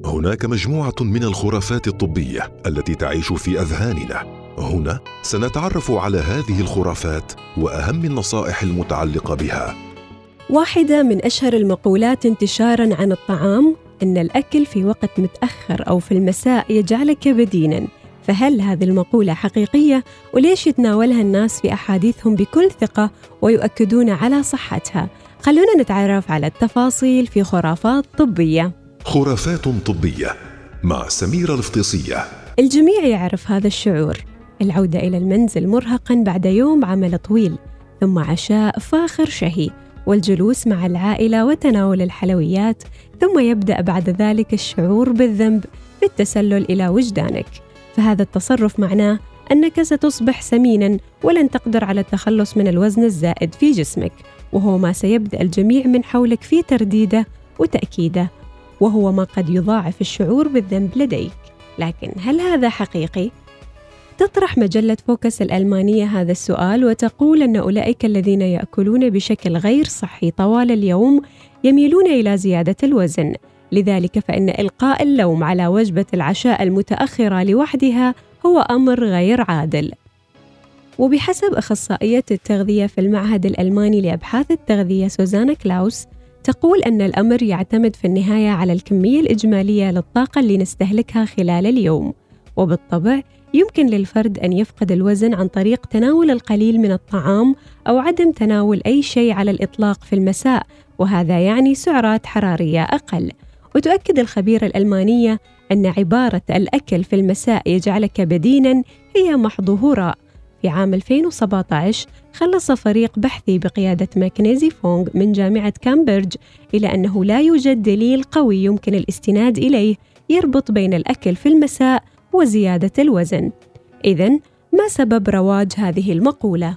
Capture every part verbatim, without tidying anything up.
هناك مجموعة من الخرافات الطبية التي تعيش في أذهاننا. هنا سنتعرف على هذه الخرافات وأهم النصائح المتعلقة بها. واحدة من أشهر المقولات انتشاراً عن الطعام أن الأكل في وقت متأخر أو في المساء يجعلك بديناً. فهل هذه المقولة حقيقية؟ وليش يتناولها الناس في أحاديثهم بكل ثقة ويؤكدون على صحتها؟ خلونا نتعرف على التفاصيل في خرافات طبية. خرافات طبية مع سميرة الفطيسية. الجميع يعرف هذا الشعور، العودة إلى المنزل مرهقاً بعد يوم عمل طويل، ثم عشاء فاخر شهي، والجلوس مع العائلة وتناول الحلويات، ثم يبدأ بعد ذلك الشعور بالذنب بالتسلل إلى وجدانك. فهذا التصرف معناه أنك ستصبح سميناً ولن تقدر على التخلص من الوزن الزائد في جسمك، وهو ما سيبدأ الجميع من حولك في ترديده وتأكيده، وهو ما قد يضاعف الشعور بالذنب لديك. لكن هل هذا حقيقي؟ تطرح مجلة فوكس الألمانية هذا السؤال وتقول أن أولئك الذين يأكلون بشكل غير صحي طوال اليوم يميلون إلى زيادة الوزن. لذلك فإن إلقاء اللوم على وجبة العشاء المتأخرة لوحدها هو أمر غير عادل. وبحسب أخصائية التغذية في المعهد الألماني لأبحاث التغذية سوزانا كلاوس، تقول أن الأمر يعتمد في النهاية على الكمية الإجمالية للطاقة اللي نستهلكها خلال اليوم، وبالطبع يمكن للفرد أن يفقد الوزن عن طريق تناول القليل من الطعام أو عدم تناول أي شيء على الإطلاق في المساء، وهذا يعني سعرات حرارية أقل. وتؤكد الخبيرة الألمانية أن عبارة الأكل في المساء يجعلك بديناً هي محض هراء. في عام ألفين وسبعة عشر خلص فريق بحثي بقيادة ماكنيزي فونغ من جامعة كامبريدج إلى أنه لا يوجد دليل قوي يمكن الاستناد إليه يربط بين الأكل في المساء وزيادة الوزن. إذن ما سبب رواج هذه المقولة؟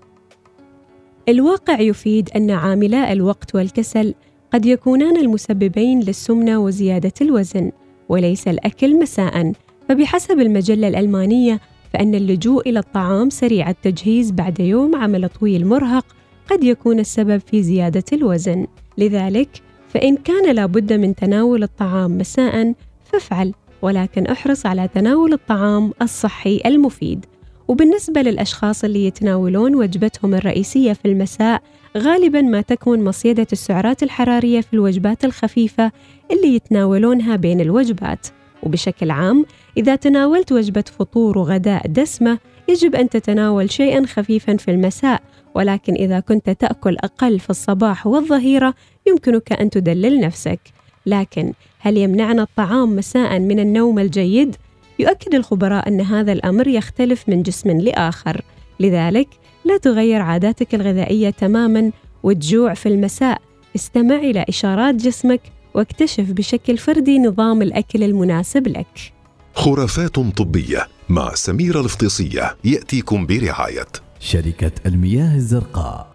الواقع يفيد أن عاملا الوقت والكسل قد يكونان المسببين للسمنة وزيادة الوزن، وليس الأكل مساءً. فبحسب المجلة الألمانية فإن اللجوء إلى الطعام سريع التجهيز بعد يوم عمل طويل مرهق قد يكون السبب في زيادة الوزن. لذلك فإن كان لابد من تناول الطعام مساءً فافعل، ولكن احرص على تناول الطعام الصحي المفيد. وبالنسبة للأشخاص اللي يتناولون وجبتهم الرئيسية في المساء، غالباً ما تكون مصيدة السعرات الحرارية في الوجبات الخفيفة اللي يتناولونها بين الوجبات. وبشكل عام إذا تناولت وجبة فطور وغداء دسمة يجب أن تتناول شيئاً خفيفاً في المساء، ولكن إذا كنت تأكل أقل في الصباح والظهيرة يمكنك أن تدلل نفسك. لكن هل يمنعنا الطعام مساء من النوم الجيد؟ يؤكد الخبراء أن هذا الأمر يختلف من جسم لآخر. لذلك لا تغير عاداتك الغذائية تماماً وتجوع في المساء. استمع إلى إشارات جسمك واكتشف بشكل فردي نظام الأكل المناسب لك. خرافات طبية مع سميرة الفطيسية يأتيكم برعاية شركة المياه الزرقاء.